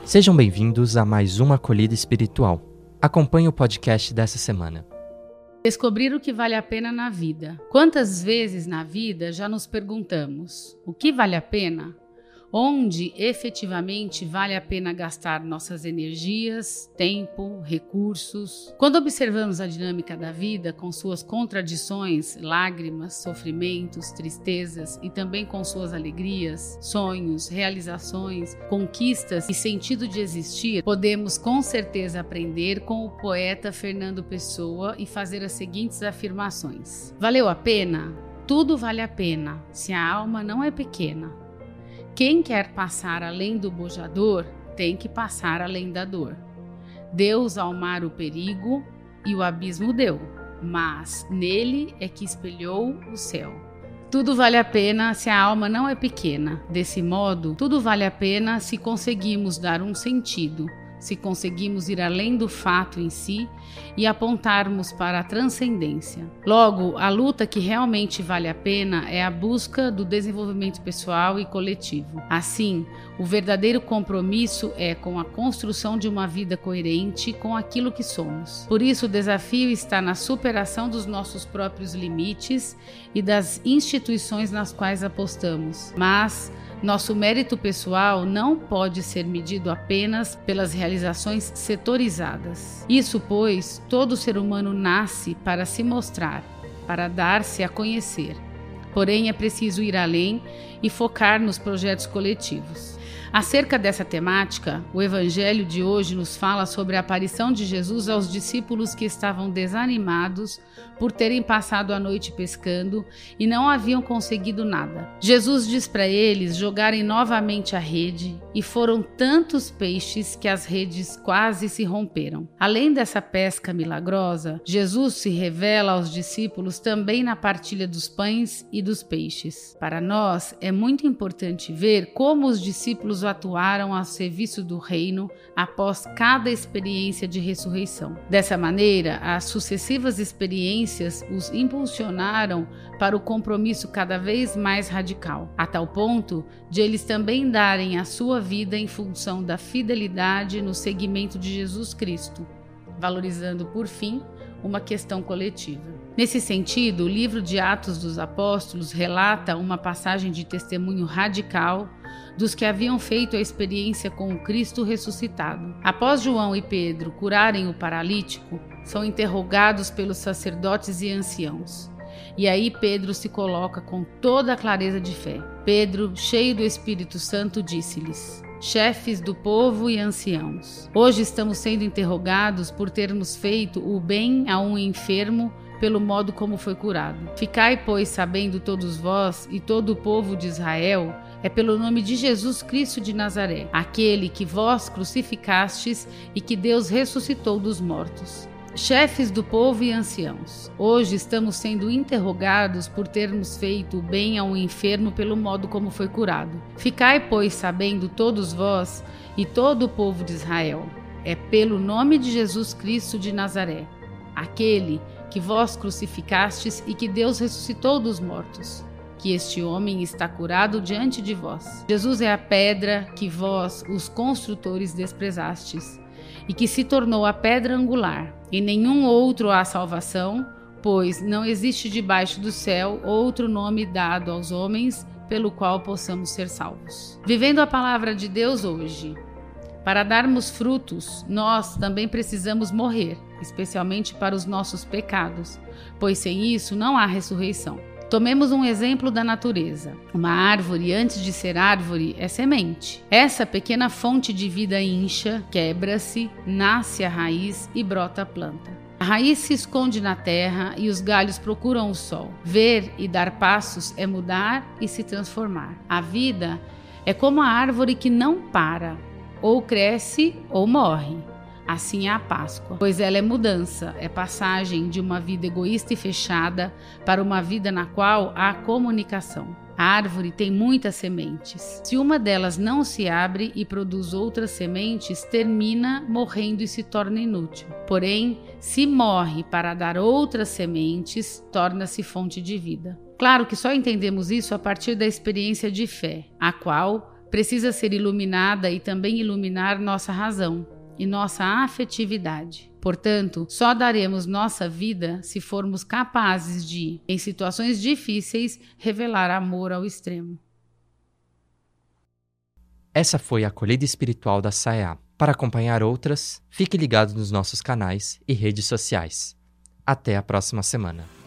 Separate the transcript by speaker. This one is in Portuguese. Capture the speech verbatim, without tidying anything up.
Speaker 1: Sejam bem-vindos a mais uma acolhida espiritual. Acompanhe o podcast dessa semana.
Speaker 2: Descobrir o que vale a pena na vida. Quantas vezes na vida já nos perguntamos: o que vale a pena? Onde efetivamente vale a pena gastar nossas energias, tempo, recursos? Quando observamos a dinâmica da vida com suas contradições, lágrimas, sofrimentos, tristezas e também com suas alegrias, sonhos, realizações, conquistas e sentido de existir, podemos com certeza aprender com o poeta Fernando Pessoa e fazer as seguintes afirmações: valeu a pena? Tudo vale a pena, se a alma não é pequena. Quem quer passar além do bojador, tem que passar além da dor. Deus ao mar o perigo e o abismo deu, mas nele é que espelhou o céu. Tudo vale a pena se a alma não é pequena. Desse modo, tudo vale a pena se conseguimos dar um sentido, se conseguimos ir além do fato em si e apontarmos para a transcendência. Logo, a luta que realmente vale a pena é a busca do desenvolvimento pessoal e coletivo. Assim, o verdadeiro compromisso é com a construção de uma vida coerente com aquilo que somos. Por isso, o desafio está na superação dos nossos próprios limites e das instituições nas quais apostamos. Mas nosso mérito pessoal não pode ser medido apenas pelas realizações setorizadas. Isso, pois, todo ser humano nasce para se mostrar, para dar-se a conhecer. Porém, é preciso ir além e focar nos projetos coletivos. Acerca dessa temática, o Evangelho de hoje nos fala sobre a aparição de Jesus aos discípulos que estavam desanimados por terem passado a noite pescando e não haviam conseguido nada. Jesus diz para eles jogarem novamente a rede e foram tantos peixes que as redes quase se romperam. Além dessa pesca milagrosa, Jesus se revela aos discípulos também na partilha dos pães e dos peixes. Para nós, é muito importante ver como os discípulos atuaram ao serviço do reino após cada experiência de ressurreição. Dessa maneira, as sucessivas experiências os impulsionaram para o compromisso cada vez mais radical, a tal ponto de eles também darem a sua vida em função da fidelidade no seguimento de Jesus Cristo, valorizando, por fim, uma questão coletiva. Nesse sentido, o livro de Atos dos Apóstolos relata uma passagem de testemunho radical dos que haviam feito a experiência com o Cristo ressuscitado. Após João e Pedro curarem o paralítico, são interrogados pelos sacerdotes e anciãos. E aí Pedro se coloca com toda a clareza de fé. Pedro, cheio do Espírito Santo, disse-lhes: chefes do povo e anciãos, hoje estamos sendo interrogados por termos feito o bem a um enfermo pelo modo como foi curado. Ficai, pois, sabendo todos vós e todo o povo de Israel, é pelo nome de Jesus Cristo de Nazaré, aquele que vós crucificastes e que Deus ressuscitou dos mortos. Chefes do povo e anciãos, hoje estamos sendo interrogados por termos feito o bem a um enfermo pelo modo como foi curado. Ficai, pois, sabendo todos vós e todo o povo de Israel, é pelo nome de Jesus Cristo de Nazaré, aquele que vós crucificastes e que Deus ressuscitou dos mortos, que este homem está curado diante de vós. Jesus é a pedra que vós, os construtores, desprezastes, e que se tornou a pedra angular. Em nenhum outro há salvação, pois não existe debaixo do céu outro nome dado aos homens pelo qual possamos ser salvos. Vivendo a palavra de Deus hoje, para darmos frutos, nós também precisamos morrer, especialmente para os nossos pecados, pois sem isso não há ressurreição. Tomemos um exemplo da natureza. Uma árvore, antes de ser árvore, é semente. Essa pequena fonte de vida incha, quebra-se, nasce a raiz e brota a planta. A raiz se esconde na terra e os galhos procuram o sol. Ver e dar passos é mudar e se transformar. A vida é como a árvore que não para, ou cresce ou morre. Assim é a Páscoa, pois ela é mudança, é passagem de uma vida egoísta e fechada para uma vida na qual há comunicação. A árvore tem muitas sementes. Se uma delas não se abre e produz outras sementes, termina morrendo e se torna inútil. Porém, se morre para dar outras sementes, torna-se fonte de vida. Claro que só entendemos isso a partir da experiência de fé, a qual precisa ser iluminada e também iluminar nossa razão e nossa afetividade. Portanto, só daremos nossa vida se formos capazes de, em situações difíceis, revelar amor ao extremo.
Speaker 1: Essa foi a Acolhida Espiritual da S A E A. Para acompanhar outras, fique ligado nos nossos canais e redes sociais. Até a próxima semana.